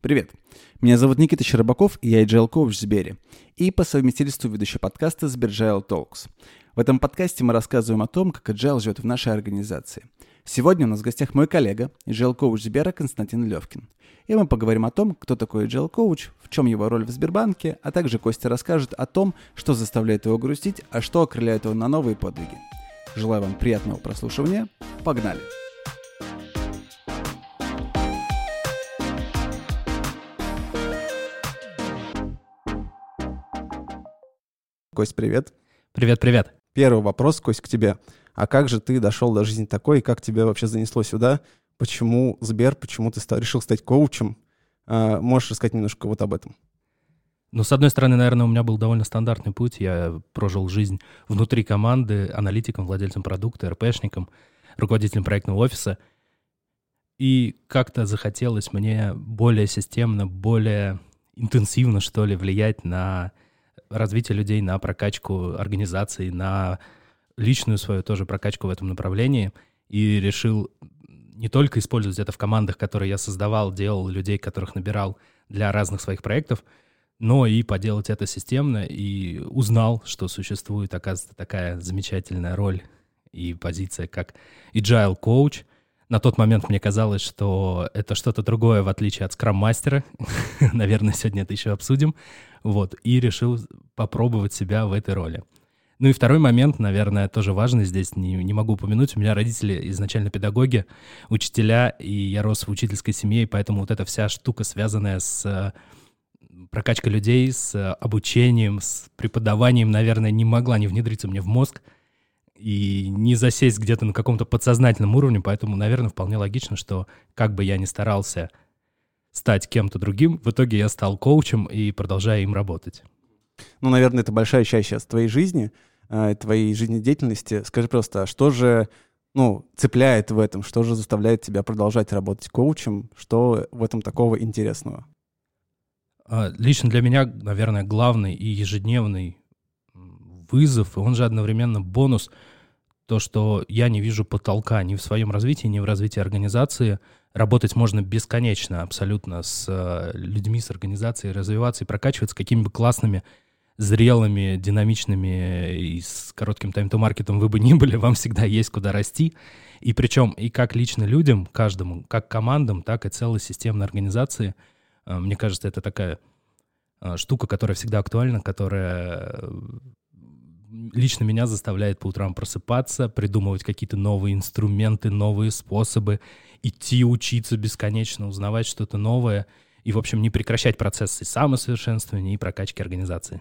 Привет, меня зовут Никита Щербаков, и я Agile Coach в Сбере, и по совместительству ведущий подкаста Сберджайл Talks. В этом подкасте мы рассказываем о том, как Agile живет в нашей организации. Сегодня у нас в гостях мой коллега, Agile Coach Сбера Константин Левкин. И мы поговорим о том, кто такой Agile Coach, в чем его роль в Сбербанке, а также Костя расскажет о том, что заставляет его грустить, а что окрыляет его на новые подвиги. Желаю вам приятного прослушивания. Погнали! Кость, привет. Привет-привет. Первый вопрос, Кость, к тебе. А как же ты дошел до жизни такой, и как тебя вообще занесло сюда? Почему Сбер, почему ты решил стать коучем? Можешь рассказать немножко вот об этом? Ну, с одной стороны, наверное, у меня был довольно стандартный путь. Я прожил жизнь внутри команды, аналитиком, владельцем продукта, РПшником, руководителем проектного офиса. И как-то захотелось мне более системно, более интенсивно, что ли, влиять на развитие людей, на прокачку организации, на личную свою тоже прокачку в этом направлении. И решил не только использовать это в командах, которые я создавал, делал, людей, которых набирал для разных своих проектов, но и поделать это системно. И узнал, что существует, оказывается, такая замечательная роль и позиция, как Agile Coach. На тот момент мне казалось, что это что-то другое, в отличие от Scrum-мастера. Наверное, сегодня это еще обсудим. Вот. И решил попробовать себя в этой роли. Ну и второй момент, наверное, тоже важный здесь, не могу упомянуть. У меня родители изначально педагоги, учителя, и я рос в учительской семье, и поэтому вот эта вся штука, связанная с прокачкой людей, с обучением, с преподаванием, наверное, не могла не внедриться мне в мозг и не засесть где-то на каком-то подсознательном уровне, поэтому, наверное, вполне логично, что как бы я ни старался стать кем-то другим, в итоге я стал коучем и продолжаю им работать. Ну, наверное, это большая часть сейчас твоей жизни, твоей жизнедеятельности. Скажи просто, а что же, цепляет в этом, что же заставляет тебя продолжать работать коучем, что в этом такого интересного? Лично для меня, наверное, главный и ежедневный вызов, и он же одновременно бонус, то, что я не вижу потолка ни в своем развитии, ни в развитии организации. Работать можно бесконечно абсолютно с людьми, с организацией, развиваться и прокачиваться какими бы классными, зрелыми, динамичными и с коротким тайм-то-маркетом вы бы ни были, вам всегда есть куда расти. И причем и как лично людям, каждому, как командам, так и целой системной организации. Мне кажется, это такая штука, которая всегда актуальна, которая лично меня заставляет по утрам просыпаться, придумывать какие-то новые инструменты, новые способы, идти учиться бесконечно, узнавать что-то новое и, в общем, не прекращать процессы самосовершенствования и прокачки организации.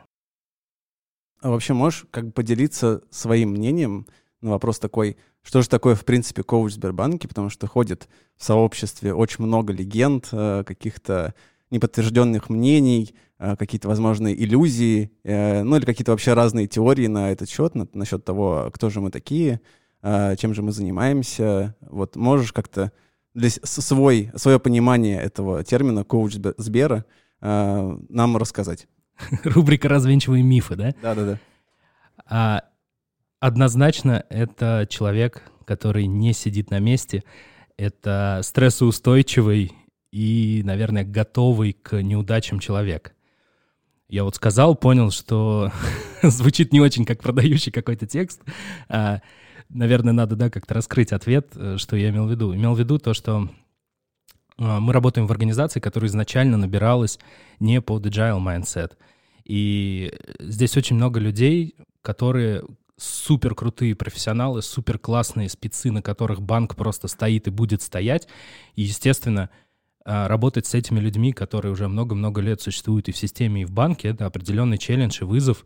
А вообще можешь поделиться своим мнением на вопрос такой, что же такое, в принципе, коуч в Сбербанке, потому что ходит в сообществе очень много легенд, каких-то неподтвержденных мнений, какие-то, возможно, иллюзии, или какие-то вообще разные теории на этот счет, насчет того, кто же мы такие, чем же мы занимаемся. Вот можешь как-то свое понимание этого термина «коуч Сбера» нам рассказать? Рубрика «Развенчиваем мифы», да? Да-да-да. Однозначно, это человек, который не сидит на месте, это стрессоустойчивый и, наверное, готовый к неудачам человек. Я вот сказал, понял, что звучит не очень как продающий какой-то текст. Наверное, надо, как-то раскрыть ответ, что я имел в виду. Имел в виду то, что мы работаем в организации, которая изначально набиралась не под agile mindset. И здесь очень много людей, которые супер крутые профессионалы, супер классные спецы, на которых банк просто стоит и будет стоять. И, естественно, работать с этими людьми, которые уже много-много лет существуют и в системе, и в банке, это определенный челлендж и вызов.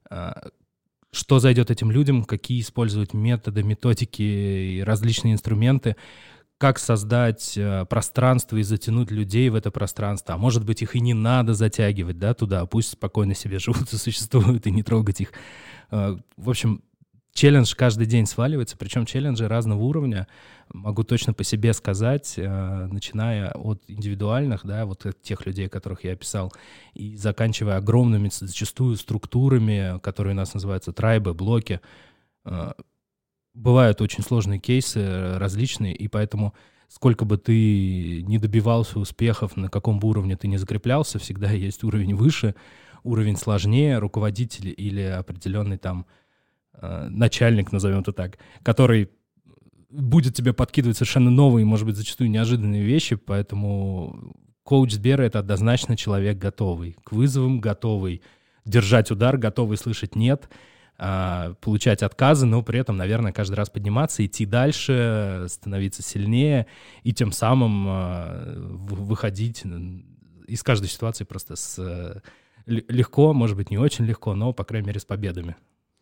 Что зайдет этим людям, какие использовать методы, методики и различные инструменты, как создать пространство и затянуть людей в это пространство. А может быть, их и не надо затягивать, туда, пусть спокойно себе живут и существуют, и не трогать их. В общем, челлендж каждый день сваливается, причем челленджи разного уровня. Могу точно по себе сказать, начиная от индивидуальных, вот тех людей, которых я описал, и заканчивая огромными зачастую структурами, которые у нас называются трайбы, блоки. Бывают очень сложные кейсы, различные, и поэтому сколько бы ты ни добивался успехов, на каком бы уровне ты ни закреплялся, всегда есть уровень выше, уровень сложнее, руководитель или определенный там начальник, назовем это так, который будет тебе подкидывать совершенно новые, может быть, зачастую неожиданные вещи, поэтому коуч Сбера — это однозначно человек готовый, к вызовам готовый, держать удар, готовый слышать «нет», получать отказы, но при этом, наверное, каждый раз подниматься, идти дальше, становиться сильнее и тем самым выходить из каждой ситуации просто легко, может быть, не очень легко, но, по крайней мере, с победами.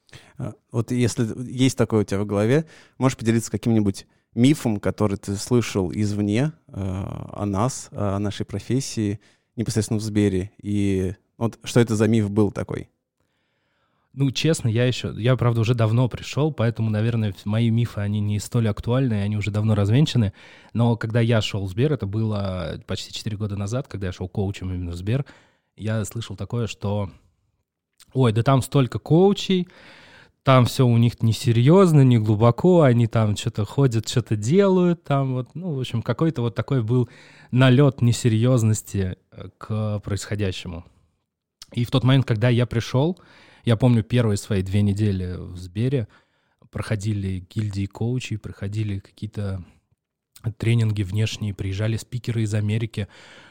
Вот если есть такое у тебя в голове, можешь поделиться каким-нибудь мифом, который ты слышал извне о нас, о нашей профессии, непосредственно в Сбере, и вот что это за миф был такой? Ну, честно, я, правда, уже давно пришел, поэтому, наверное, мои мифы, они не столь актуальны, они уже давно развенчаны. Но когда я шел в Сбер, это было почти 4 года назад, когда я шел коучем именно в Сбер, я слышал такое, что ой, да там столько коучей, там все у них несерьезно, не глубоко, они там что-то ходят, что-то делают, там вот, ну, в общем, какой-то вот такой был налет несерьезности к происходящему. И в тот момент, когда я пришел, я помню первые свои 2 недели в Сбере, проходили гильдии коучей, проходили какие-то тренинги внешние, приезжали спикеры из Америки,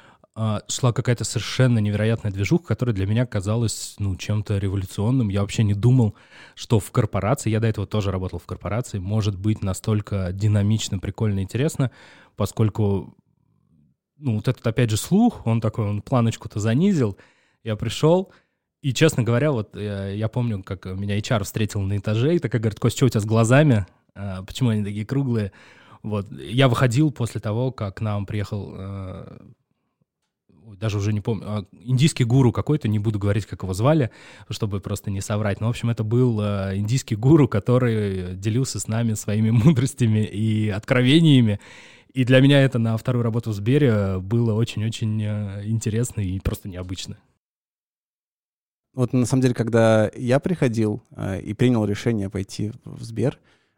шла какая-то совершенно невероятная движуха, которая для меня казалась, ну, чем-то революционным. Я вообще не думал, что в корпорации, я до этого тоже работал в корпорации, может быть настолько динамично, прикольно, интересно, поскольку, ну, вот этот, опять же, слух, он планочку-то занизил. Я пришел, и, честно говоря, вот я помню, как меня HR встретил на этаже, и такая говорит: «Кость, что у тебя с глазами? Почему они такие круглые?» Вот. Я выходил после того, как к нам приехал... даже уже не помню, индийский гуру какой-то, не буду говорить, как его звали, чтобы просто не соврать. Но, в общем, это был индийский гуру, который делился с нами своими мудростями и откровениями. И для меня это на вторую работу в Сбере было очень-очень интересно и просто необычно. Вот на самом деле, когда я приходил и принял решение пойти в Сбер,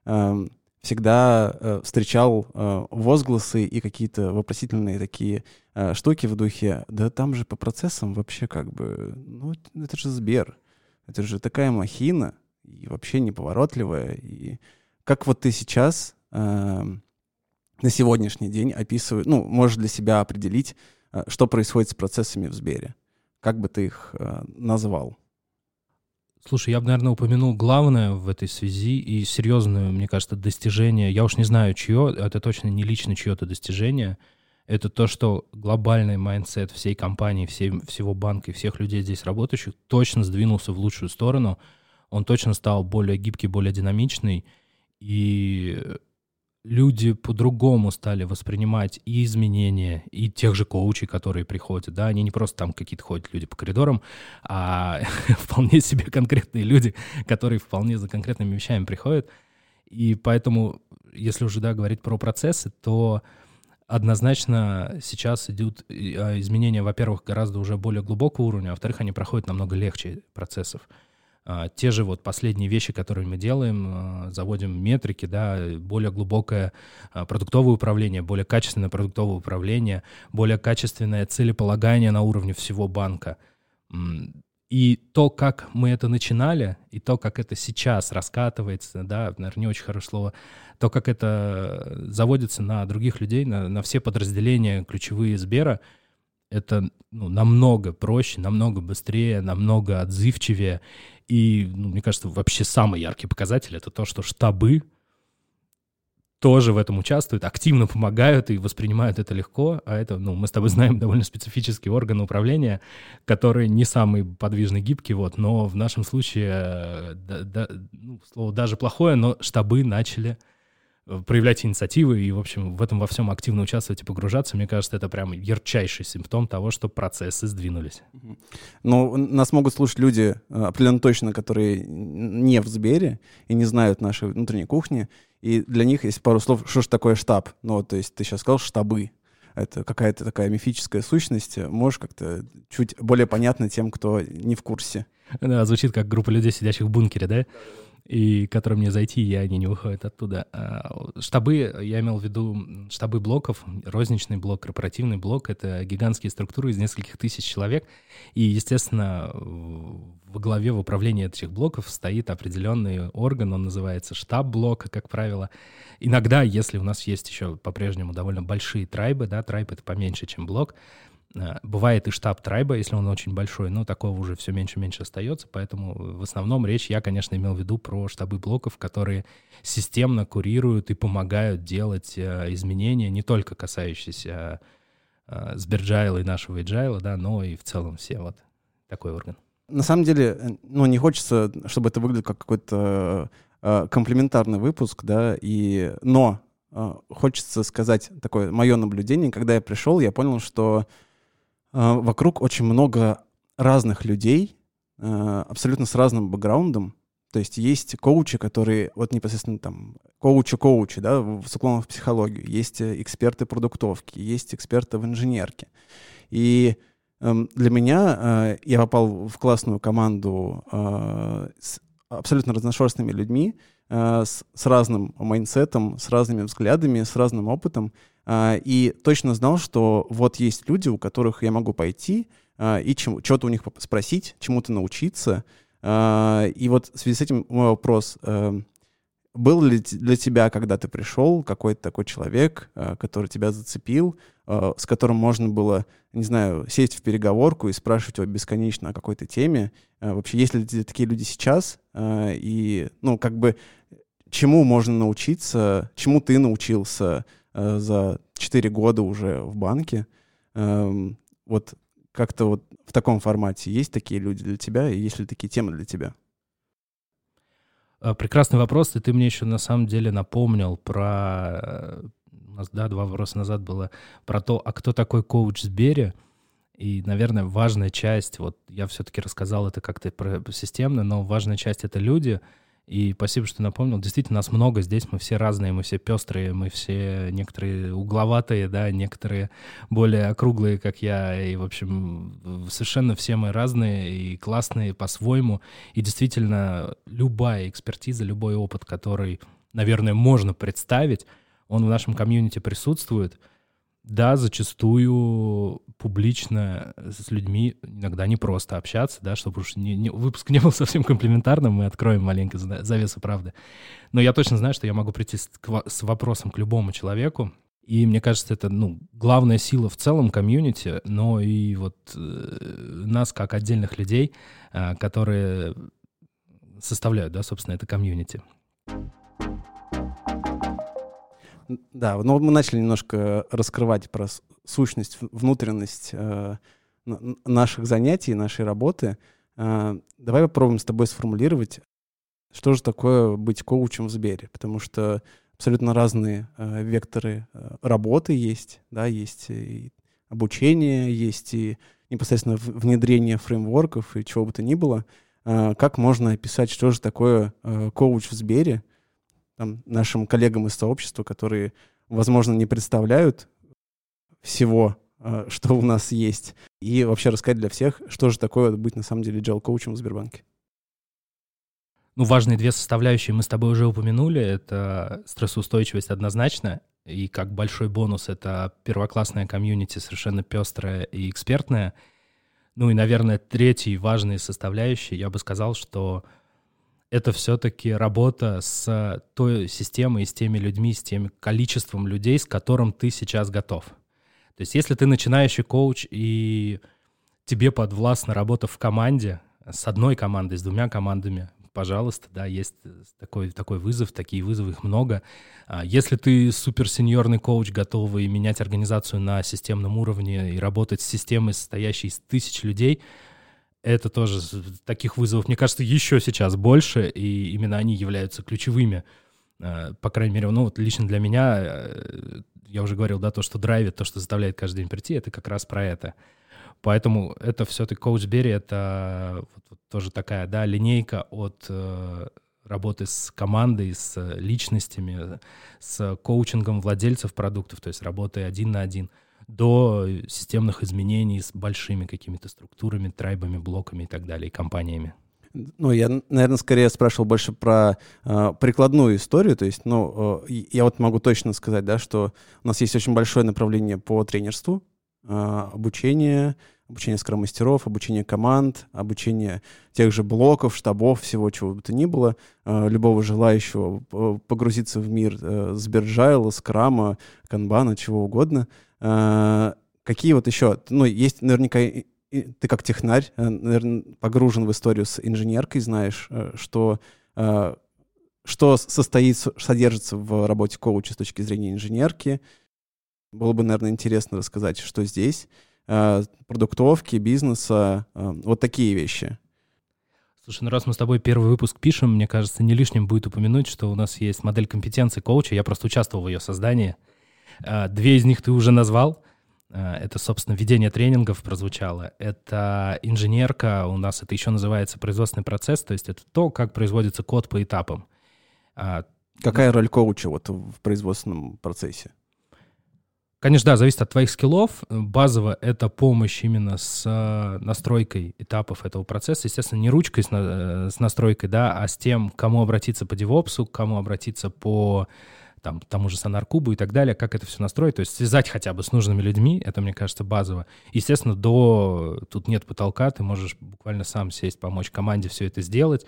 всегда встречал возгласы и какие-то вопросительные такие штуки в духе: да там же по процессам вообще как бы, ну это же Сбер, это же такая махина и вообще неповоротливая. И как вот ты сейчас на сегодняшний день описываешь, ну, можешь для себя определить, что происходит с процессами в Сбере? Как бы ты их назвал? Слушай, я бы, наверное, упомянул главное в этой связи и серьезное, мне кажется, достижение. Я уж не знаю, чье, это точно не лично чье-то достижение. Это то, что глобальный майндсет всей компании, всего банка и всех людей здесь работающих точно сдвинулся в лучшую сторону. Он точно стал более гибкий, более динамичный. И люди по-другому стали воспринимать и изменения, и тех же коучей, которые приходят, да, они не просто там какие-то ходят люди по коридорам, а вполне себе конкретные люди, которые вполне за конкретными вещами приходят. И поэтому, если уже, да, говорить про процессы, то однозначно сейчас идут изменения, во-первых, гораздо уже более глубокого уровня, а во-вторых, они проходят намного легче процессов. Те же вот последние вещи, которые мы делаем, заводим метрики, да, более глубокое продуктовое управление, более качественное продуктовое управление, более качественное целеполагание на уровне всего банка. И то, как мы это начинали, и то, как это сейчас раскатывается, да, наверное, не очень хорошее слово, то, как это заводится на других людей, на все подразделения ключевые Сбера, это, ну, намного проще, намного быстрее, намного отзывчивее. И, ну, мне кажется, вообще самый яркий показатель — это то, что штабы тоже в этом участвуют, активно помогают и воспринимают это легко. А это, ну, мы с тобой знаем, довольно специфический орган управления, который не самый подвижный, гибкий, вот, но в нашем случае, ну, слово даже плохое, но штабы начали проявлять инициативы и, в общем, в этом во всем активно участвовать и погружаться. Мне кажется, это прям ярчайший симптом того, что процессы сдвинулись. Ну, нас могут слушать люди определенно точно, которые не в Сбере и не знают нашей внутренней кухни. И для них есть пару слов, что же такое штаб. Ну, то есть ты сейчас сказал штабы. Это какая-то такая мифическая сущность. Можешь как-то чуть более понятно тем, кто не в курсе? Да, звучит как группа людей, сидящих в бункере, да? и к которым мне зайти, и они не выходят оттуда. Штабы, я имел в виду штабы блоков, розничный блок, корпоративный блок — это гигантские структуры из нескольких тысяч человек, и, естественно, во главе, в управлении этих блоков стоит определенный орган, он называется штаб блока, как правило. Иногда, если у нас есть еще по-прежнему довольно большие трайбы, да, трайб — это поменьше, чем блок, бывает и штаб трайба, если он очень большой, но такого уже все меньше и меньше остается, поэтому в основном речь я, конечно, имел в виду про штабы блоков, которые системно курируют и помогают делать изменения, не только касающиеся Сберджайла и нашего Agile, да, но и в целом все вот такой орган. На самом деле, не хочется, чтобы это выглядело как какой-то комплементарный выпуск, да, но хочется сказать такое мое наблюдение. Когда я пришел, я понял, что вокруг очень много разных людей, абсолютно с разным бэкграундом. То есть коучи, которые вот непосредственно там коучи, да, с уклоном в психологию. Есть эксперты продуктовки, есть эксперты в инженерке. И для меня я попал в классную команду с абсолютно разношерстными людьми, с разным майндсетом, с разными взглядами, с разным опытом. И точно знал, что вот есть люди, у которых я могу пойти и что-то у них спросить, чему-то научиться. И вот в связи с этим мой вопрос. Был ли для тебя, когда ты пришел, какой-то такой человек, который тебя зацепил, с которым можно было, не знаю, сесть в переговорку и спрашивать его бесконечно о какой-то теме? Вообще, есть ли такие люди сейчас? И, чему можно научиться, чему ты научился за 4 года уже в банке? Вот как-то вот в таком формате есть такие люди для тебя, и есть ли такие темы для тебя? Прекрасный вопрос, и ты мне еще на самом деле напомнил про... У нас, 2 вопроса назад было про то, а кто такой коуч Сбере? И, наверное, важная часть, вот я все-таки рассказал это как-то системно, но важная часть — это люди. И спасибо, что напомнил. Действительно, нас много здесь, мы все разные, мы все пестрые, мы все некоторые угловатые, да, некоторые более округлые, как я. И, в общем, совершенно все мы разные и классные по-своему. И действительно, любая экспертиза, любой опыт, который, наверное, можно представить, он в нашем комьюнити присутствует. Да, зачастую публично с людьми иногда не просто общаться, да, чтобы уж выпуск не был совсем комплиментарным, мы откроем маленько завесу правды. Но я точно знаю, что я могу прийти с вопросом к любому человеку, и мне кажется, это, главная сила в целом комьюнити, но и вот нас как отдельных людей, которые составляют, да, собственно, это комьюнити. Да, но мы начали немножко раскрывать про сущность, внутренность наших занятий, нашей работы. Давай попробуем с тобой сформулировать, что же такое быть коучем в Сбере, потому что абсолютно разные векторы работы есть, да, есть и обучение, есть и непосредственно внедрение фреймворков и чего бы то ни было. Как можно описать, что же такое коуч в Сбере, нашим коллегам из сообщества, которые, возможно, не представляют всего, что у нас есть, и вообще рассказать для всех, что же такое быть на самом деле agile-коучем в Сбербанке. Важные 2 составляющие мы с тобой уже упомянули. Это стрессоустойчивость однозначно, и как большой бонус — это первоклассная комьюнити, совершенно пестрая и экспертная. И, наверное, 3-й важной составляющей, я бы сказал, что это все-таки работа с той системой, с теми людьми, с тем количеством людей, с которым ты сейчас готов. То есть если ты начинающий коуч, и тебе подвластна работа в команде, с одной командой, с 2 командами, пожалуйста, да, есть такой вызов, такие вызовы, их много. Если ты суперсеньорный коуч, готовый менять организацию на системном уровне и работать с системой, состоящей из 1000 людей, это тоже таких вызовов, мне кажется, еще сейчас больше, и именно они являются ключевыми. По крайней мере, лично для меня, я уже говорил, да, то, что драйвит, то, что заставляет каждый день прийти, это как раз про это. Поэтому это все-таки коуч Сбере, это вот тоже такая, да, линейка от работы с командой, с личностями, с коучингом владельцев продуктов, то есть работой 1 на 1, до системных изменений с большими какими-то структурами, трайбами, блоками и так далее, и компаниями. Ну, я, наверное, скорее спрашивал больше про прикладную историю. То есть, я вот могу точно сказать, да, что у нас есть очень большое направление по тренерству, обучение скрам-мастеров, обучение команд, обучение тех же блоков, штабов, всего чего бы то ни было, любого желающего погрузиться в мир Сберджайла, скрама, канбана, чего угодно. Какие вот еще? Ну, есть наверняка... Ты как технарь, наверное, погружен в историю с инженеркой, знаешь, что содержится в работе коуча с точки зрения инженерки. Было бы, наверное, интересно рассказать, что здесь, продуктовки, бизнеса, вот такие вещи. Слушай, ну раз мы с тобой первый выпуск пишем, мне кажется, не лишним будет упомянуть, что у нас есть модель компетенций коуча, я просто участвовал в ее создании. Две из них ты уже назвал. Это, собственно, ведение тренингов прозвучало. Это инженерка, у нас это еще называется производственный процесс, то есть это то, как производится код по этапам. Какая роль коуча вот в производственном процессе? Конечно, да, зависит от твоих скиллов. Базово это помощь именно с настройкой этапов этого процесса. Естественно, не ручкой с настройкой, да, а с тем, к кому обратиться по девопсу, к кому обратиться по тому же Сонар-кубу и так далее, как это все настроить, то есть связать хотя бы с нужными людьми, это, мне кажется, базово. Естественно, тут нет потолка, ты можешь буквально сам сесть, помочь команде все это сделать,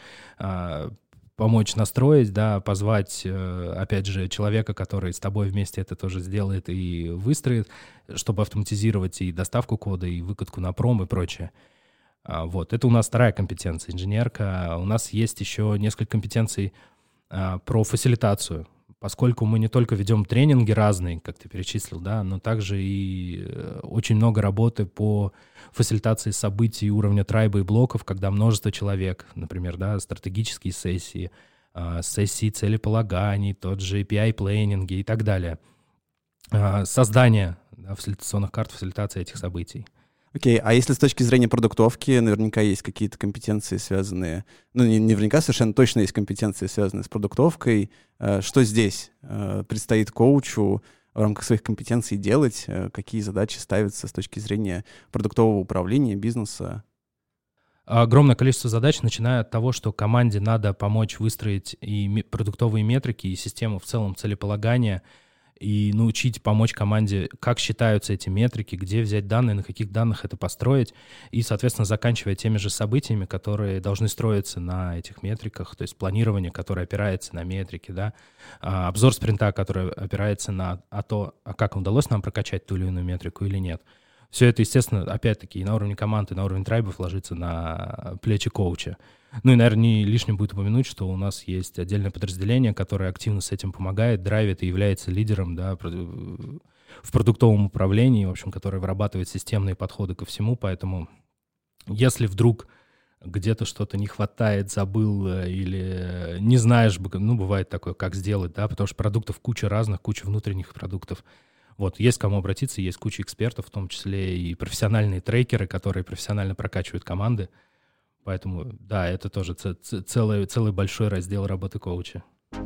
помочь настроить, да, позвать, опять же, человека, который с тобой вместе это тоже сделает и выстроит, чтобы автоматизировать и доставку кода, и выкатку на пром и прочее. Вот, это у нас вторая компетенция, инженерка. У нас есть еще несколько компетенций про фасилитацию, поскольку мы не только ведем тренинги разные, как ты перечислил, да, но также и очень много работы по фасилитации событий уровня трайба и блоков, когда множество человек, например, да, стратегические сессии, сессии целеполаганий, тот же API-плейнинги и так далее. Создание фасилитационных карт, фасилитации этих событий. Окей, а если с точки зрения продуктовки, наверняка есть какие-то компетенции, связанные... Ну, не наверняка, совершенно точно есть компетенции, связанные с продуктовкой. Что здесь предстоит коучу в рамках своих компетенций делать? Какие задачи ставятся с точки зрения продуктового управления, бизнеса? Огромное количество задач, начиная от того, что команде надо помочь выстроить и продуктовые метрики, и систему в целом целеполагания, и научить, помочь команде, как считаются эти метрики, где взять данные, на каких данных это построить, и, соответственно, заканчивая теми же событиями, которые должны строиться на этих метриках, то есть планирование, которое опирается на метрики, да, обзор спринта, который опирается на то, как удалось нам прокачать ту или иную метрику или нет. Все это, естественно, опять-таки и на уровне команды, и на уровне трайбов ложится на плечи коуча. Ну и, наверное, не лишним будет упомянуть, что у нас есть отдельное подразделение, которое активно с этим помогает, драйвит и является лидером, да, в продуктовом управлении, в общем, которое вырабатывает системные подходы ко всему. Поэтому если вдруг где-то что-то не хватает, забыл или не знаешь, ну, бывает такое, как сделать, да, потому что продуктов куча разных, куча внутренних продуктов. Вот, есть к кому обратиться, есть куча экспертов, в том числе и профессиональные трекеры, которые профессионально прокачивают команды. Поэтому, да, это тоже целый большой раздел работы коуча.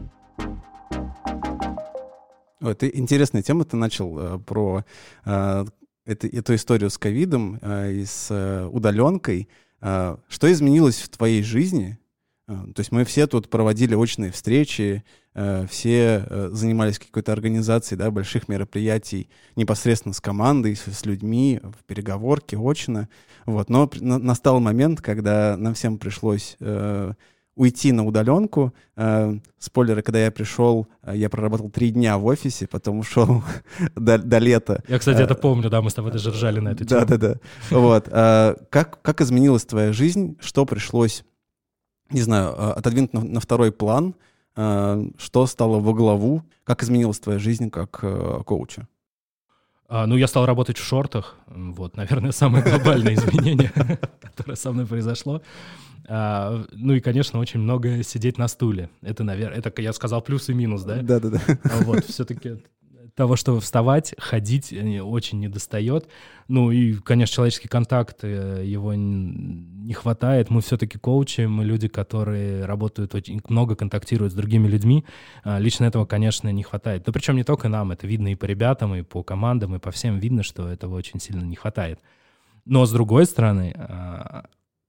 Ты интересная тема, ты начал про эту историю с ковидом и с удаленкой. Что изменилось в твоей жизни? То есть мы все тут проводили очные встречи, все занимались какой-то организацией, да, больших мероприятий непосредственно с командой, с людьми, в переговорке, очно. Вот. Но настал момент, когда нам всем пришлось уйти на удаленку. Спойлеры, когда я пришел, я проработал 3 дня в офисе, потом ушел до лета. Я, кстати, это помню, да, мы с тобой даже ржали на эту тему. Да. Вот. Как изменилась твоя жизнь? Что пришлось, не знаю, отодвинуть на второй план? Что стало во главу? Как изменилась твоя жизнь как коуча? Ну, я стал работать в шортах. Вот, наверное, самое глобальное изменение, которое со мной произошло. Ну и, конечно, очень много сидеть на стуле. Это, наверное, это я сказал плюс и минус, да? Да. Вот, все-таки того, чтобы вставать, ходить очень недостает. Ну и, конечно, человеческий контакт, его не хватает. Мы все-таки коучи, мы люди, которые работают, очень много контактируют с другими людьми. Лично этого, конечно, не хватает. Но причем не только нам, это видно и по ребятам, и по командам, и по всем видно, что этого очень сильно не хватает. Но, с другой стороны,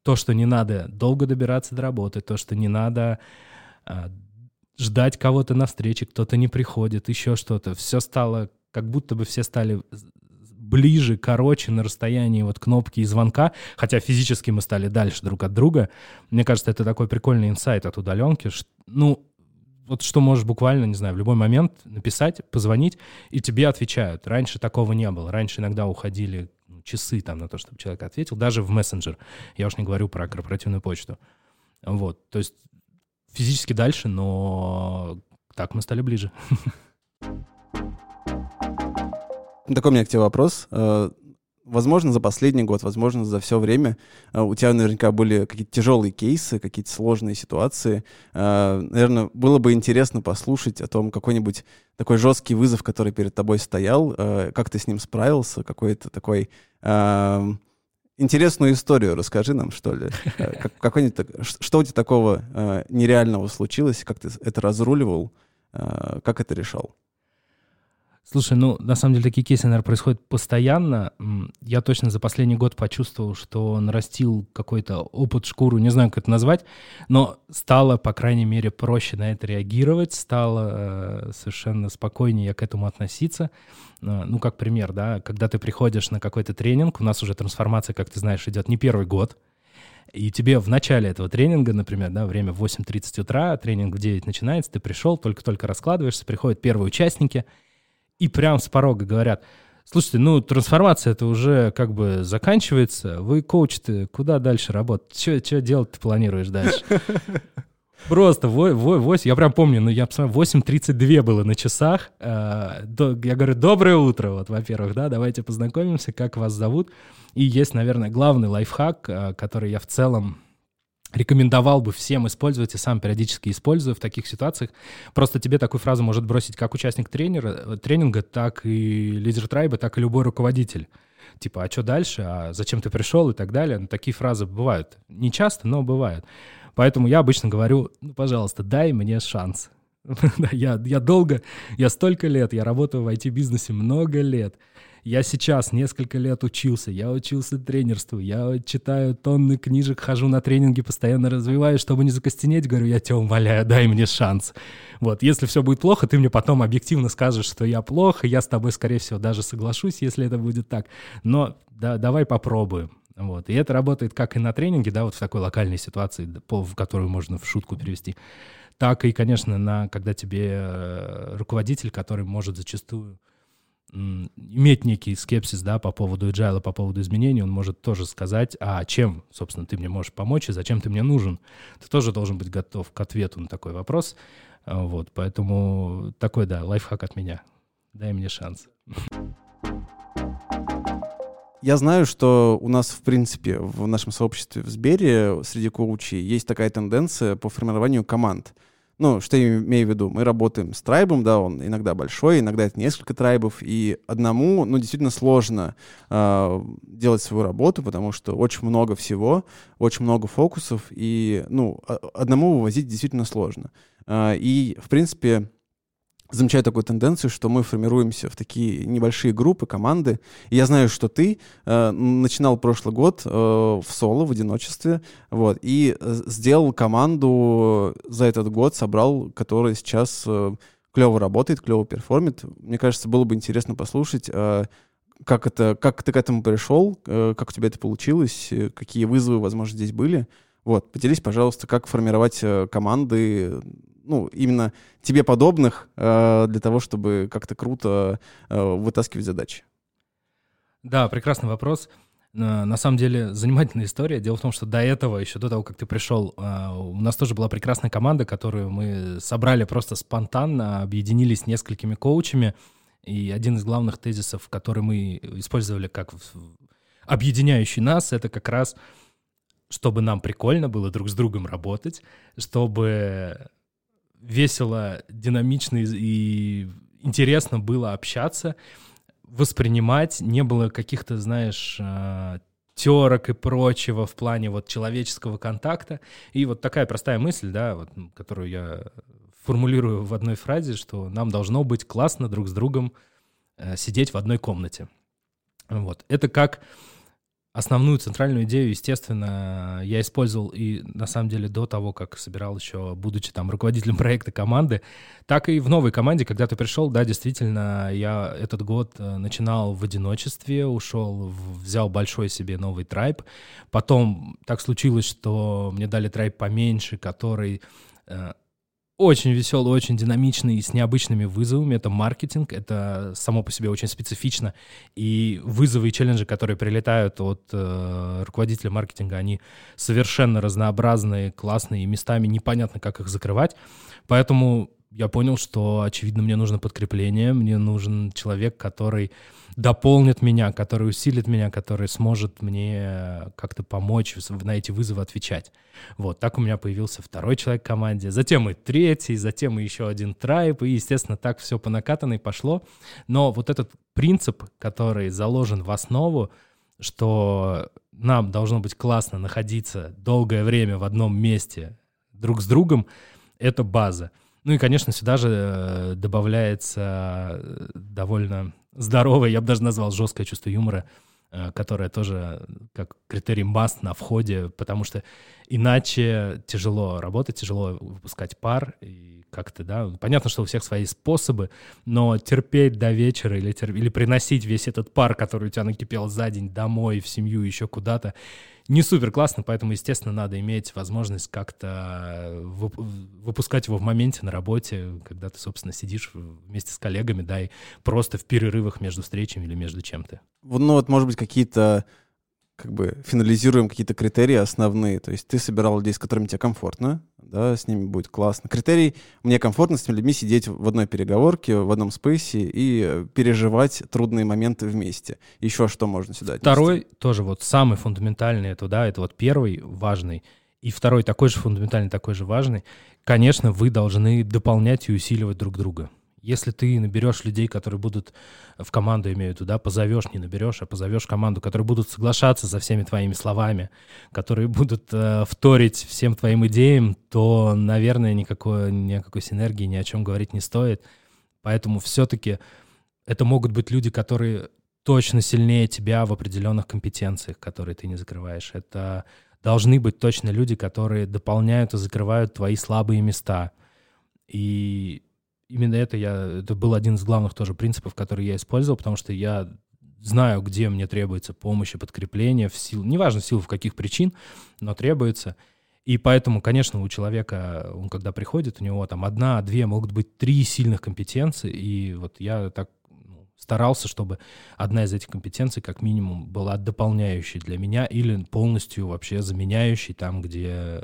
то, что не надо долго добираться до работы, то, что не надо ждать кого-то на встрече, кто-то не приходит, еще что-то. Все стало, как будто бы все стали ближе, короче, на расстоянии вот кнопки и звонка, хотя физически мы стали дальше друг от друга. Мне кажется, это такой прикольный инсайт от удаленки. Ну, вот что можешь буквально, не знаю, в любой момент написать, позвонить, и тебе отвечают. Раньше такого не было. Раньше иногда уходили часы там на то, чтобы человек ответил, даже в мессенджер. Я уж не говорю про корпоративную почту. Вот, то есть физически дальше, но так мы стали ближе. Такой у меня к тебе вопрос. Возможно, за последний год, возможно, за все время у тебя наверняка были какие-то тяжелые кейсы, какие-то сложные ситуации. Наверное, было бы интересно послушать о том, какой-нибудь такой жесткий вызов, который перед тобой стоял, как ты с ним справился, какой-то такой... Интересную историю расскажи нам, что ли. Что у тебя такого нереального случилось, как ты это разруливал, как это решал? Слушай, ну, на самом деле, такие кейсы, наверное, происходят постоянно. Я точно за последний год почувствовал, что нарастил какой-то опыт, шкуру, не знаю, как это назвать, но стало, по крайней мере, проще на это реагировать, стало совершенно спокойнее я к этому относиться. Ну, как пример, да, когда ты приходишь на какой-то тренинг, у нас уже трансформация, как ты знаешь, идет не первый год, и тебе в начале этого тренинга, например, да, время в 8:30 утра, тренинг в 9 начинается, ты пришел, только-только раскладываешься, приходят первые участники, и прям с порога говорят: слушайте, ну, трансформация это уже как бы заканчивается, вы коуч-то куда дальше работать? Что делать ты планируешь дальше? Просто 8, я прям помню, я посмотрел, 8:32 было на часах. Я говорю: доброе утро, вот, во-первых, да, давайте познакомимся, как вас зовут. И есть, наверное, главный лайфхак, который я в целом рекомендовал бы всем использовать и сам периодически использую в таких ситуациях. Просто тебе такую фразу может бросить как участник тренинга, так и лидер трайба, так и любой руководитель. Типа: а что дальше? А зачем ты пришел? И так далее. Ну, такие фразы бывают. Не часто, но бывают. Поэтому я обычно говорю: ну, пожалуйста, дай мне шанс. Я столько лет, я работаю в IT-бизнесе много лет. Я сейчас несколько лет учился, я учился тренерству, я читаю тонны книжек, хожу на тренинги, постоянно развиваюсь, чтобы не закостенеть, говорю: я тебя умоляю, дай мне шанс. Вот, если все будет плохо, ты мне потом объективно скажешь, что я плох, и я с тобой, скорее всего, даже соглашусь, если это будет так. Но да, давай попробуем. Вот. И это работает как и на тренинге, да, вот в такой локальной ситуации, в которую можно в шутку перевести, так и, конечно, когда тебе руководитель, который может зачастую иметь некий скепсис, да, по поводу agile, по поводу изменений, он может тоже сказать: а чем, собственно, ты мне можешь помочь и зачем ты мне нужен? Ты тоже должен быть готов к ответу на такой вопрос. Вот, поэтому такой, да, лайфхак от меня. Дай мне шанс. Я знаю, что у нас, в принципе, в нашем сообществе в Сбере среди коучей есть такая тенденция по формированию команд. Ну, что я имею в виду? Мы работаем с трайбом, да, он иногда большой, иногда это несколько трайбов, и одному, ну, действительно сложно делать свою работу, потому что очень много всего, очень много фокусов, и, ну, одному вывозить действительно сложно. И, в принципе, замечаю такую тенденцию, что мы формируемся в такие небольшие группы, команды. И я знаю, что ты начинал прошлый год в соло, в одиночестве, вот, и сделал команду за этот год, собрал, которая сейчас клево работает, клево перформит. Мне кажется, было бы интересно послушать, как ты к этому пришел, как у тебя это получилось, какие вызовы, возможно, здесь были. Вот, поделись, пожалуйста, как формировать команды, ну, именно тебе подобных, для того, чтобы как-то круто вытаскивать задачи. Да, прекрасный вопрос. На самом деле занимательная история. Дело в том, что до этого, еще до того, как ты пришел, у нас тоже была прекрасная команда, которую мы собрали просто спонтанно, объединились с несколькими коучами. И один из главных тезисов, который мы использовали как объединяющий нас, это как раз, чтобы нам прикольно было друг с другом работать, чтобы весело, динамично и интересно было общаться, воспринимать, не было каких-то, знаешь, терок и прочего в плане вот человеческого контакта. И вот такая простая мысль, да, вот, которую я формулирую в одной фразе, что нам должно быть классно друг с другом сидеть в одной комнате. Вот. Это как Основную центральную идею, естественно, я использовал и на самом деле до того, как собирал еще, будучи там руководителем проекта команды, так и в новой команде, когда ты пришел, да, действительно, я этот год начинал в одиночестве, взял большой себе новый трайб, потом так случилось, что мне дали трайб поменьше, который очень веселый, очень динамичный и с необычными вызовами. Это маркетинг, это само по себе очень специфично. И вызовы и челленджи, которые прилетают от руководителя маркетинга, они совершенно разнообразные, классные, и местами непонятно, как их закрывать. Поэтому я понял, что, очевидно, мне нужно подкрепление, мне нужен человек, который дополнит меня, который усилит меня, который сможет мне как-то помочь на эти вызовы отвечать. Вот, так у меня появился второй человек в команде, затем и третий, затем и еще один трайб, и, естественно, так все по накатанной пошло. Но вот этот принцип, который заложен в основу, что нам должно быть классно находиться долгое время в одном месте друг с другом, это база. Ну и, конечно, сюда же добавляется довольно здоровое, я бы даже назвал жесткое чувство юмора, которое тоже как критерий must на входе, потому что иначе тяжело работать, тяжело выпускать пар, и как-то, да, понятно, что у всех свои способы, но терпеть до вечера или приносить весь этот пар, который у тебя накипел за день домой, в семью, еще куда-то, не супер классно, поэтому, естественно, надо иметь возможность как-то выпускать его в моменте на работе, когда ты, собственно, сидишь вместе с коллегами, да, и просто в перерывах между встречами или между чем-то. Ну вот, может быть, какие-то, как бы, финализируем какие-то критерии основные. То есть ты собирал людей, с которыми тебе комфортно, да, с ними будет классно. Критерий: мне комфортно с этими людьми сидеть в одной переговорке, в одном спейсе и переживать трудные моменты вместе. Еще что можно сюда отнести? Второй тоже вот самый фундаментальный, это вот первый важный, и второй такой же фундаментальный, такой же важный. Конечно, вы должны дополнять и усиливать друг друга. Если ты наберешь людей, которые будут в команду, имею в виду, да, позовешь, не наберешь, а позовешь команду, которые будут соглашаться со всеми твоими словами, которые будут вторить всем твоим идеям, то, наверное, никакой синергии, ни о чем говорить не стоит. Поэтому все-таки это могут быть люди, которые точно сильнее тебя в определенных компетенциях, которые ты не закрываешь. Это должны быть точно люди, которые дополняют и закрывают твои слабые места. И именно это был один из главных тоже принципов, который я использовал, потому что я знаю, где мне требуется помощь и подкрепление, неважно в силу в каких причин, но требуется. И поэтому, конечно, у человека, он когда приходит, у него там 1, 2, могут быть 3 сильных компетенции, и вот я так старался, чтобы одна из этих компетенций как минимум была дополняющей для меня или полностью вообще заменяющей там, где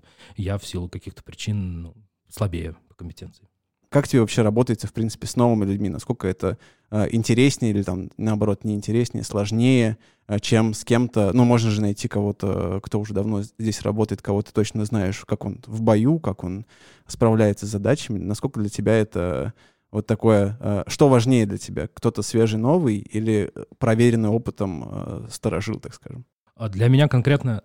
я в силу каких-то причин слабее по компетенции. Как тебе вообще работается, в принципе, с новыми людьми? Насколько это интереснее или, там, наоборот, неинтереснее, сложнее, чем с кем-то? Ну, можно же найти кого-то, кто уже давно здесь работает, кого ты точно знаешь, как он в бою, как он справляется с задачами. Насколько для тебя это вот такое... Что важнее для тебя? Кто-то свежий, новый или проверенный опытом старожил, так скажем? Для меня конкретно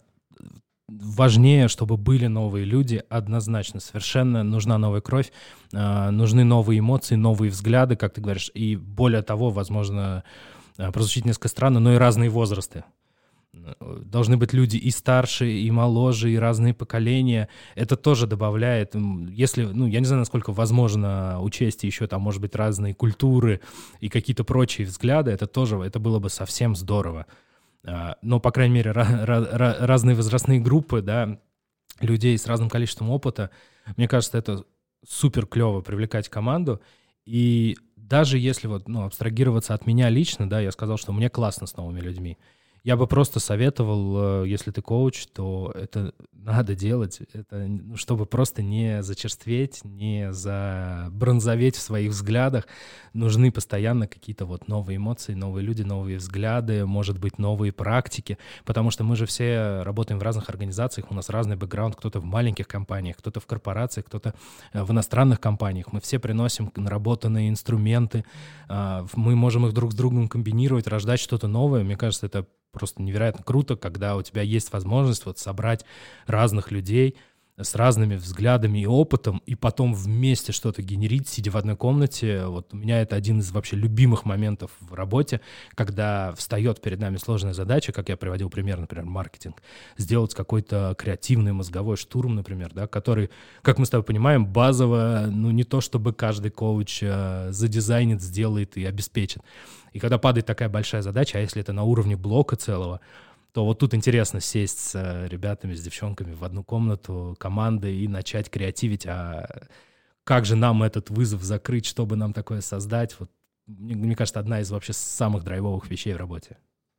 важнее, чтобы были новые люди, однозначно, совершенно нужна новая кровь, нужны новые эмоции, новые взгляды, как ты говоришь, и более того, возможно, прозвучит несколько странно, но и разные возрасты. Должны быть люди и старше, и моложе, и разные поколения. Это тоже добавляет, если, я не знаю, насколько возможно учесть еще там, может быть, разные культуры и какие-то прочие взгляды, это было бы совсем здорово. Но, по крайней мере, разные возрастные группы, да, людей с разным количеством опыта, мне кажется, это супер клево привлекать команду. И даже если абстрагироваться от меня лично, да, я сказал, что мне классно с новыми людьми. Я бы просто советовал, если ты коуч, то это надо делать, чтобы просто не зачерстветь, не забронзоветь в своих взглядах. Нужны постоянно какие-то новые эмоции, новые люди, новые взгляды, может быть, новые практики, потому что мы же все работаем в разных организациях, у нас разный бэкграунд, кто-то в маленьких компаниях, кто-то в корпорациях, кто-то в иностранных компаниях. Мы все приносим наработанные инструменты, мы можем их друг с другом комбинировать, рождать что-то новое. Мне кажется, это просто невероятно круто, когда у тебя есть возможность собрать разных людей с разными взглядами и опытом, и потом вместе что-то генерить, сидя в одной комнате. Вот у меня это один из вообще любимых моментов в работе, когда встает перед нами сложная задача, как я приводил пример, например, маркетинг, сделать какой-то креативный мозговой штурм, например, да, который, как мы с тобой понимаем, базово, ну, не то чтобы каждый коуч задизайнит, сделает и обеспечит. И когда падает такая большая задача, а если это на уровне блока целого, то вот тут интересно сесть с ребятами, с девчонками в одну комнату, командой и начать креативить, а как же нам этот вызов закрыть, чтобы нам такое создать. Вот, мне кажется, одна из вообще самых драйвовых вещей в работе.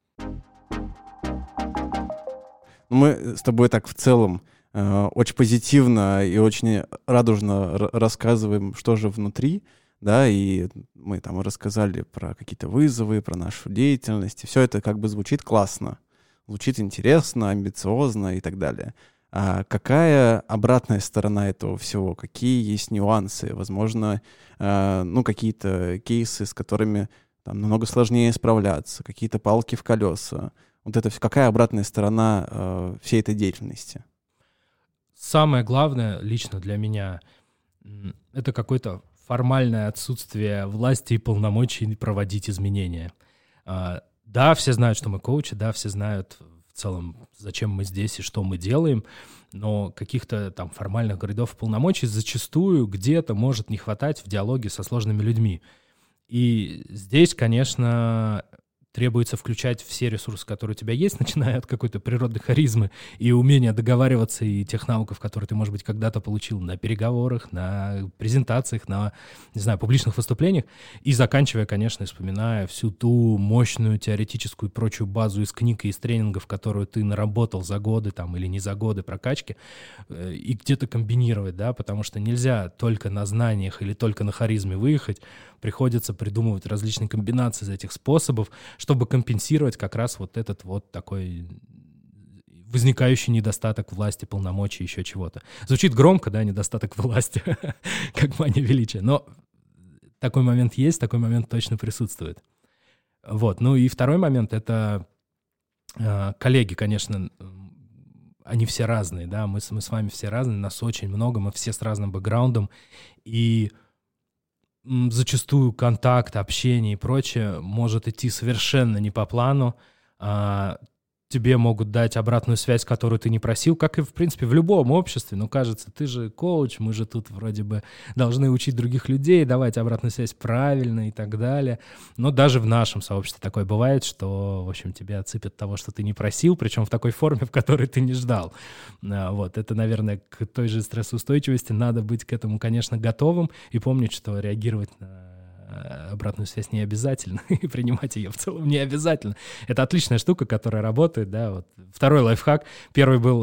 Мы с тобой так в целом очень позитивно и очень радужно рассказываем, что же внутри, да, и мы там рассказали про какие-то вызовы, про нашу деятельность, и все это как бы звучит классно. Звучит интересно, амбициозно и так далее. А какая обратная сторона этого всего? Какие есть нюансы? Возможно, какие-то кейсы, с которыми там намного сложнее справляться, какие-то палки в колеса. Вот это какая обратная сторона всей этой деятельности? Самое главное лично для меня — это какое-то формальное отсутствие власти и полномочий проводить изменения. Да, все знают, что мы коучи, да, все знают в целом, зачем мы здесь и что мы делаем, но каких-то там формальных городов полномочий зачастую где-то может не хватать в диалоге со сложными людьми. И здесь, конечно, требуется включать все ресурсы, которые у тебя есть, начиная от какой-то природной харизмы и умения договариваться, и тех навыков, которые ты, может быть, когда-то получил на переговорах, на презентациях, на, не знаю, публичных выступлениях, и заканчивая, конечно, вспоминая всю ту мощную теоретическую и прочую базу из книг и из тренингов, которую ты наработал за годы там, или не за годы прокачки, и где-то комбинировать, да, потому что нельзя только на знаниях или только на харизме выехать, приходится придумывать различные комбинации из этих способов, чтобы компенсировать как раз вот этот вот такой возникающий недостаток власти, полномочий, еще чего-то. Звучит громко, да, недостаток власти, как мания величия, но такой момент есть, такой момент точно присутствует. Вот, ну и второй момент — это коллеги, конечно, они все разные, да, мы с вами все разные, нас очень много, мы все с разным бэкграундом, и зачастую контакт, общение и прочее может идти совершенно не по плану. Тебе могут дать обратную связь, которую ты не просил, как и, в принципе, в любом обществе. Ну, кажется, ты же коуч, мы же тут вроде бы должны учить других людей, давать обратную связь правильно и так далее. Но даже в нашем сообществе такое бывает, что, в общем, тебя отсыпят того, что ты не просил, причем в такой форме, в которой ты не ждал. Вот, это, наверное, к той же стрессоустойчивости надо быть к этому, конечно, готовым и помнить, что реагировать на обратную связь не обязательно, и принимать ее в целом не обязательно. Это отличная штука, которая работает, да, вот. Второй лайфхак. Первый был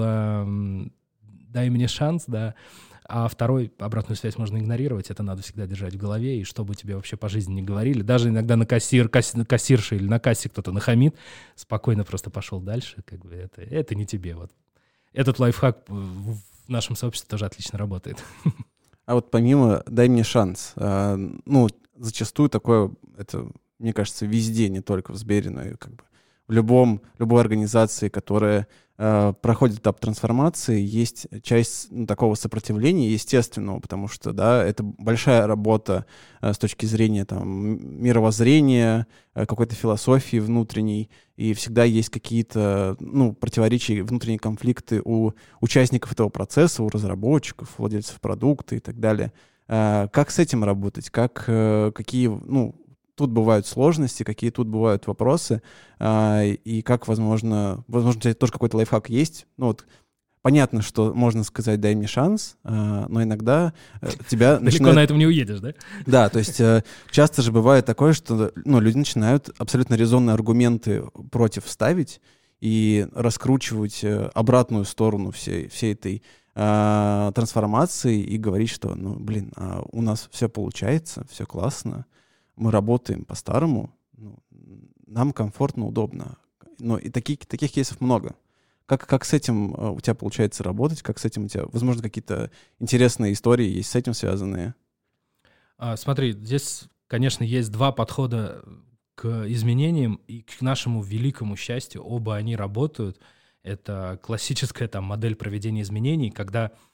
«дай мне шанс», да, а второй — обратную связь можно игнорировать, это надо всегда держать в голове, и чтобы тебе вообще по жизни не говорили, даже иногда на кассирше или на кассе кто-то нахамит, спокойно просто пошел дальше, как бы это не тебе, вот. Этот лайфхак в нашем сообществе тоже отлично работает. А вот помимо «дай мне шанс», зачастую такое, это, мне кажется, везде, не только в Сбере, но и как бы в любой организации, которая проходит этап трансформации, есть часть такого сопротивления естественного, потому что, да, это большая работа с точки зрения там мировоззрения, какой-то философии внутренней, и всегда есть какие-то, противоречия, внутренние конфликты у участников этого процесса, у разработчиков, владельцев продукта и так далее. Как с этим работать? Какие, тут бывают сложности, какие тут бывают вопросы, и как, возможно, у тебя тоже какой-то лайфхак есть. Понятно, что можно сказать «дай мне шанс», но иногда тебя Далеко начинают... на этом не уедешь, да? Да, то есть часто же бывает такое, что люди начинают абсолютно резонные аргументы против ставить и раскручивать обратную сторону всей этой трансформации и говорить, что, у нас все получается, все классно, мы работаем по-старому, нам комфортно, удобно. И таких кейсов много. Как с этим у тебя получается работать? Как с этим у тебя, возможно, какие-то интересные истории есть с этим связанные? Смотри, здесь, конечно, есть два подхода к изменениям, и к нашему великому счастью оба они работают. Это классическая там модель проведения изменений, когда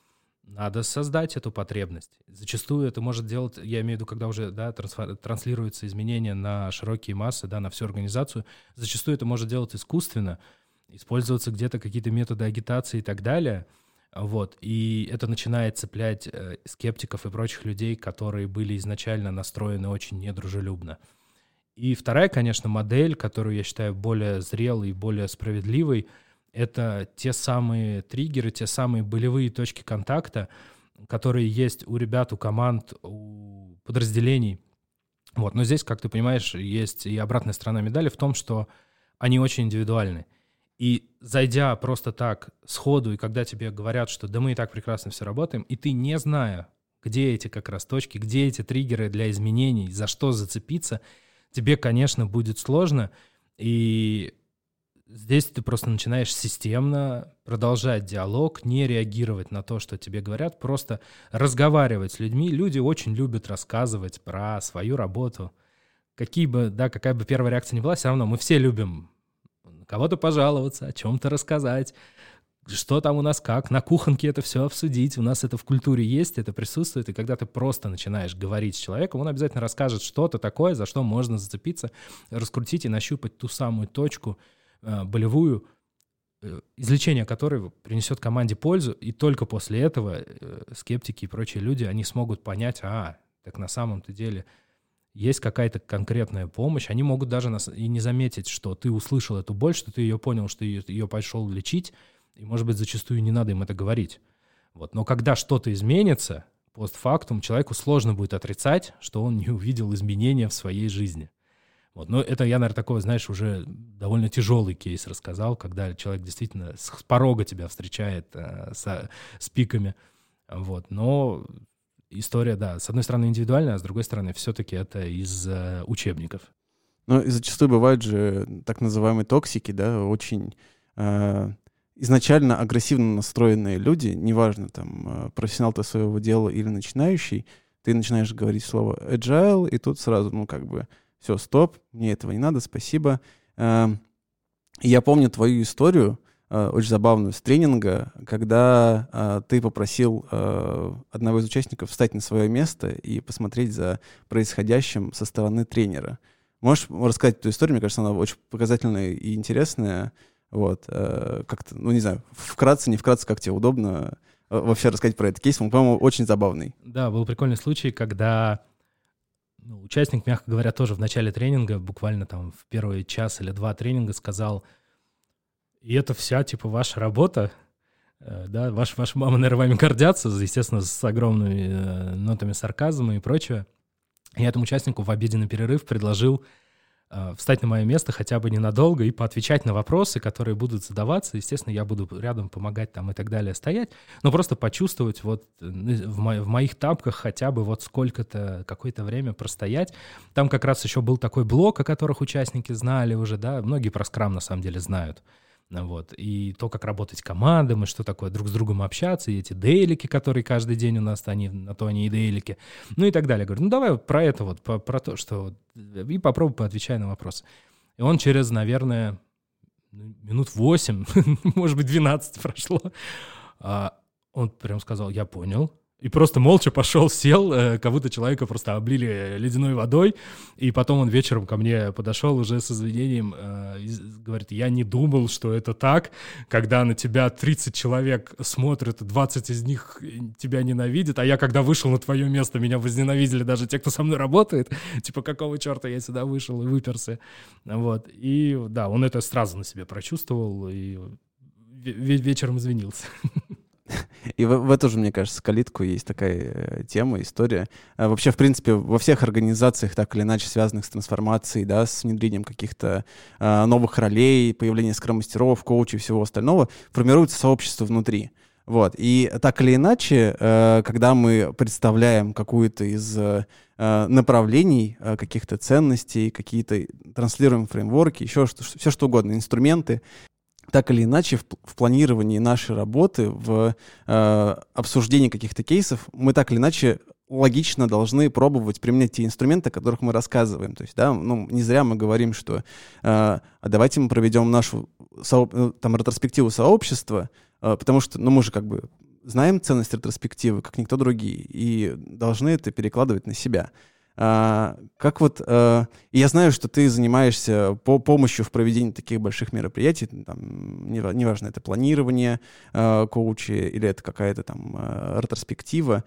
Надо создать эту потребность. Зачастую это может делать, я имею в виду, когда уже транслируются изменения на широкие массы, на всю организацию, зачастую это может делать искусственно, использоваться где-то какие-то методы агитации и так далее. Вот. И это начинает цеплять скептиков и прочих людей, которые были изначально настроены очень недружелюбно. И вторая, конечно, модель, которую я считаю более зрелой и более справедливой, это те самые триггеры, те самые болевые точки контакта, которые есть у ребят, у команд, у подразделений. Вот. Но здесь, как ты понимаешь, есть и обратная сторона медали в том, что они очень индивидуальны. И зайдя просто так сходу, и когда тебе говорят, что да мы и так прекрасно все работаем, и ты не зная, где эти как раз точки, где эти триггеры для изменений, за что зацепиться, тебе, конечно, будет сложно. И здесь ты просто начинаешь системно продолжать диалог, не реагировать на то, что тебе говорят, просто разговаривать с людьми. Люди очень любят рассказывать про свою работу. Какая бы первая реакция ни была, все равно мы все любим кого-то пожаловаться, о чем-то рассказать, что там у нас как, на кухонке это все обсудить. У нас это в культуре есть, это присутствует. И когда ты просто начинаешь говорить с человеком, он обязательно расскажет что-то такое, за что можно зацепиться, раскрутить и нащупать ту самую точку болевую, излечение которой принесет команде пользу, и только после этого скептики и прочие люди, они смогут понять, так на самом-то деле есть какая-то конкретная помощь, они могут даже и не заметить, что ты услышал эту боль, что ты ее понял, что ее пошел лечить, и, может быть, зачастую не надо им это говорить. Вот. Но когда что-то изменится, постфактум, человеку сложно будет отрицать, что он не увидел изменения в своей жизни. Вот. Но это я, наверное, такой, знаешь, уже довольно тяжелый кейс рассказал, когда человек действительно с порога тебя встречает с пиками. Вот. Но история, да, с одной стороны индивидуальная, а с другой стороны все-таки это из учебников. Ну и зачастую бывают же так называемые токсики, да, очень изначально агрессивно настроенные люди, неважно, там, профессионал ты своего дела или начинающий, ты начинаешь говорить слово agile, и тут сразу, все, стоп, мне этого не надо, спасибо. Я помню твою историю, очень забавную, с тренинга, когда ты попросил одного из участников встать на свое место и посмотреть за происходящим со стороны тренера. Можешь рассказать эту историю? Мне кажется, она очень показательная и интересная. Вот. Как-то, не знаю, вкратце, не вкратце, как тебе удобно вообще рассказать про этот кейс. Он, по-моему, очень забавный. Да, был прикольный случай, когда участник, мягко говоря, тоже в начале тренинга, буквально там в первый час или два тренинга сказал: и это вся, ваша работа, да, ваша мама, наверное, вами гордятся, естественно, с огромными нотами сарказма и прочего. Я этому участнику в обеденный перерыв предложил встать на мое место хотя бы ненадолго и поотвечать на вопросы, которые будут задаваться. Естественно, я буду рядом помогать там и так далее стоять, но просто почувствовать в моих тапках хотя бы сколько-то, какое-то время простоять. Там как раз еще был такой блок, о которых участники знали уже, да, многие про скрам на самом деле знают. Вот. И то, как работать командам, и что такое друг с другом общаться, и эти дейлики, которые каждый день у нас, они и дейлики, и так далее. Говорю, давай про это про то, что... И попробуй поотвечай на вопросы. И он через, наверное, минут 8, может быть, 12 прошло, он прям сказал: я понял. И просто молча пошел, сел, как будто человека просто облили ледяной водой. И потом он вечером ко мне подошел уже с извинением, говорит: я не думал, что это так, когда на тебя 30 человек смотрят, 20 из них тебя ненавидят, а я, когда вышел на твое место, меня возненавидели даже те, кто со мной работает. Какого черта я сюда вышел и выперся. Вот. И да, он это сразу на себе прочувствовал и вечером извинился. И в эту же, мне кажется, калитку есть такая тема, история. Вообще, в принципе, во всех организациях, так или иначе связанных с трансформацией, да, с внедрением каких-то новых ролей, появлением скрам-мастеров, коучей и всего остального, формируется сообщество внутри. Вот. И так или иначе, когда мы представляем какую-то из направлений, каких-то ценностей, какие-то транслируем фреймворки, еще все что угодно, инструменты, так или иначе, в планировании нашей работы, в обсуждении каких-то кейсов, мы так или иначе логично должны пробовать применять те инструменты, о которых мы рассказываем. То есть, да, не зря мы говорим, что давайте мы проведем нашу ретроспективу сообщества, потому что, мы же знаем ценность ретроспективы, как никто другие, и должны это перекладывать на себя. Как вот... И я знаю, что ты занимаешься помощью в проведении таких больших мероприятий, там, неважно, это планирование коуча или это какая-то там ретроспектива.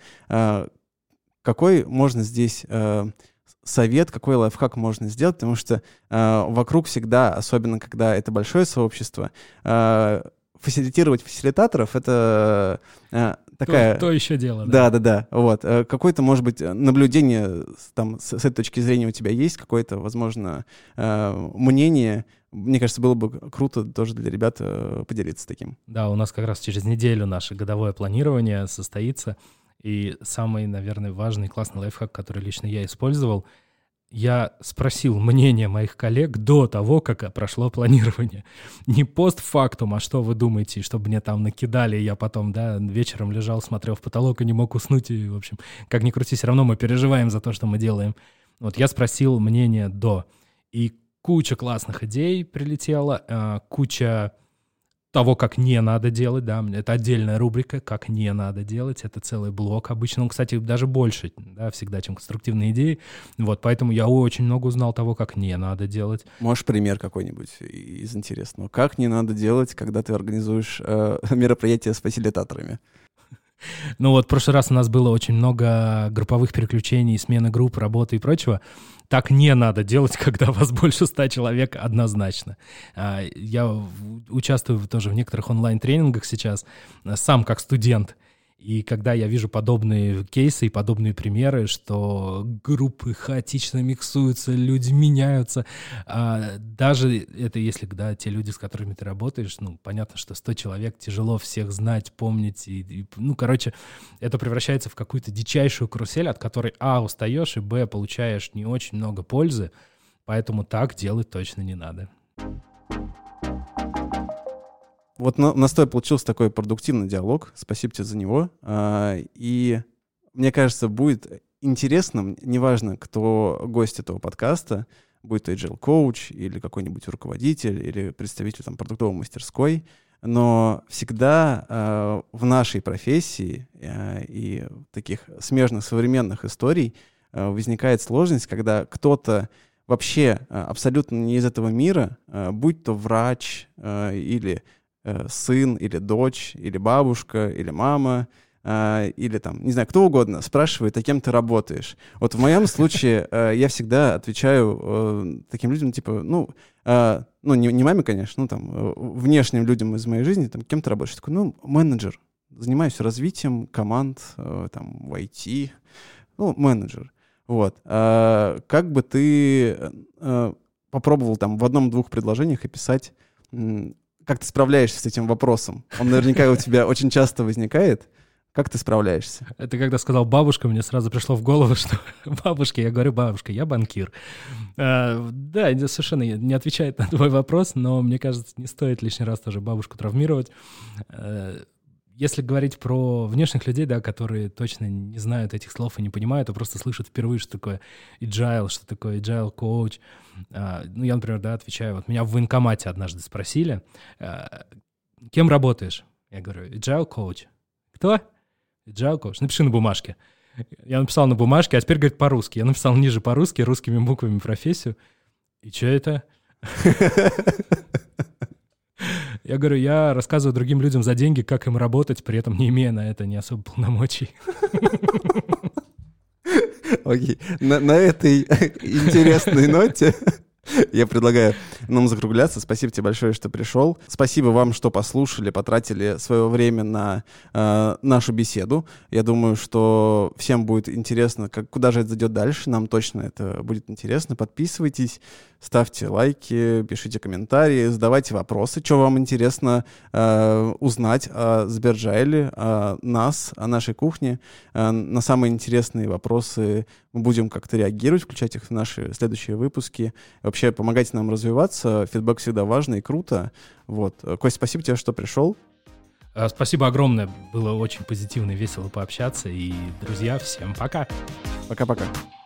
Какой можно здесь совет, какой лайфхак можно сделать? Потому что вокруг всегда, особенно когда это большое сообщество, фасилитировать фасилитаторов — это такая... То еще дело. Да. Вот. Какое-то, может быть, наблюдение там, с этой точки зрения у тебя есть? Какое-то, возможно, мнение? Мне кажется, было бы круто тоже для ребят поделиться таким. Да, у нас как раз через неделю наше годовое планирование состоится. И самый, наверное, важный классный лайфхак, который лично я использовал, я спросил мнение моих коллег до того, как прошло планирование. Не постфактум, а что вы думаете, чтобы мне там накидали, и я потом, вечером лежал, смотрел в потолок и не мог уснуть, и, в общем, как ни крути, все равно мы переживаем за то, что мы делаем. Вот я спросил мнение до, и куча классных идей прилетела, куча того, как не надо делать, да, это отдельная рубрика, как не надо делать, это целый блок обычно, он, кстати, даже больше, да, всегда, чем конструктивные идеи, вот, поэтому я очень много узнал того, как не надо делать. Можешь пример какой-нибудь из интересного? Как не надо делать, когда ты организуешь мероприятие с фасилитаторами? Ну вот, в прошлый раз у нас было очень много групповых переключений, смены групп, работы и прочего. Так не надо делать, когда вас больше 100 человек, однозначно. Я участвую тоже в некоторых онлайн-тренингах сейчас, сам как студент. И когда я вижу подобные кейсы и подобные примеры, что группы хаотично миксуются, люди меняются, даже это если, да, те люди, с которыми ты работаешь, ну, понятно, что 100 человек тяжело всех знать, помнить, короче, это превращается в какую-то дичайшую карусель, от которой, устаешь, и, получаешь не очень много пользы, поэтому так делать точно не надо. Вот у нас с тобой получился такой продуктивный диалог. Спасибо тебе за него. И мне кажется, будет интересным, неважно, кто гость этого подкаста, будь то agile коуч или какой-нибудь руководитель или представитель там, продуктовой мастерской, но всегда в нашей профессии и таких смежных современных историй возникает сложность, когда кто-то вообще абсолютно не из этого мира, будь то врач или сын, или дочь, или бабушка, или мама, или там, не знаю, кто угодно, спрашивает, а кем ты работаешь. Вот в моем случае я всегда отвечаю таким людям, типа, не маме, конечно, там, внешним людям из моей жизни, там, кем ты работаешь? Я такой, менеджер, занимаюсь развитием команд, там, в IT, менеджер. Вот. Как бы ты попробовал там в одном-двух предложениях описать, как ты справляешься с этим вопросом? Он наверняка у тебя очень часто возникает. Как ты справляешься? Это когда сказал бабушка, мне сразу пришло в голову, что бабушка, я говорю, бабушка, я банкир. Да, совершенно не отвечает на твой вопрос, но мне кажется, не стоит лишний раз тоже бабушку травмировать. Если говорить про внешних людей, да, которые точно не знают этих слов и не понимают, а просто слышат впервые, что такое agile, что такое agile коуч. Я, например, отвечаю, вот меня в военкомате однажды спросили, кем работаешь? Я говорю, agile коуч. Кто? Agile коуч. Напиши на бумажке. Я написал на бумажке, а теперь, говорит, по-русски. Я написал ниже по-русски, русскими буквами профессию. И что это? Я говорю, я рассказываю другим людям за деньги, как им работать, при этом не имея на это не особо полномочий. Окей. На этой интересной ноте я предлагаю нам закругляться. Спасибо тебе большое, что пришел. Спасибо вам, что послушали, потратили свое время на нашу беседу. Я думаю, что всем будет интересно, куда же это зайдет дальше. Нам точно это будет интересно. Подписывайтесь, ставьте лайки, пишите комментарии, задавайте вопросы, что вам интересно узнать о Сберджайле, о нас, о нашей кухне. На самые интересные вопросы мы будем как-то реагировать, включать их в наши следующие выпуски. Вообще, помогайте нам развиваться. Фидбэк всегда важно и круто. Вот. Кость, спасибо тебе, что пришел. Спасибо огромное. Было очень позитивно и весело пообщаться. И, друзья, всем пока. Пока-пока.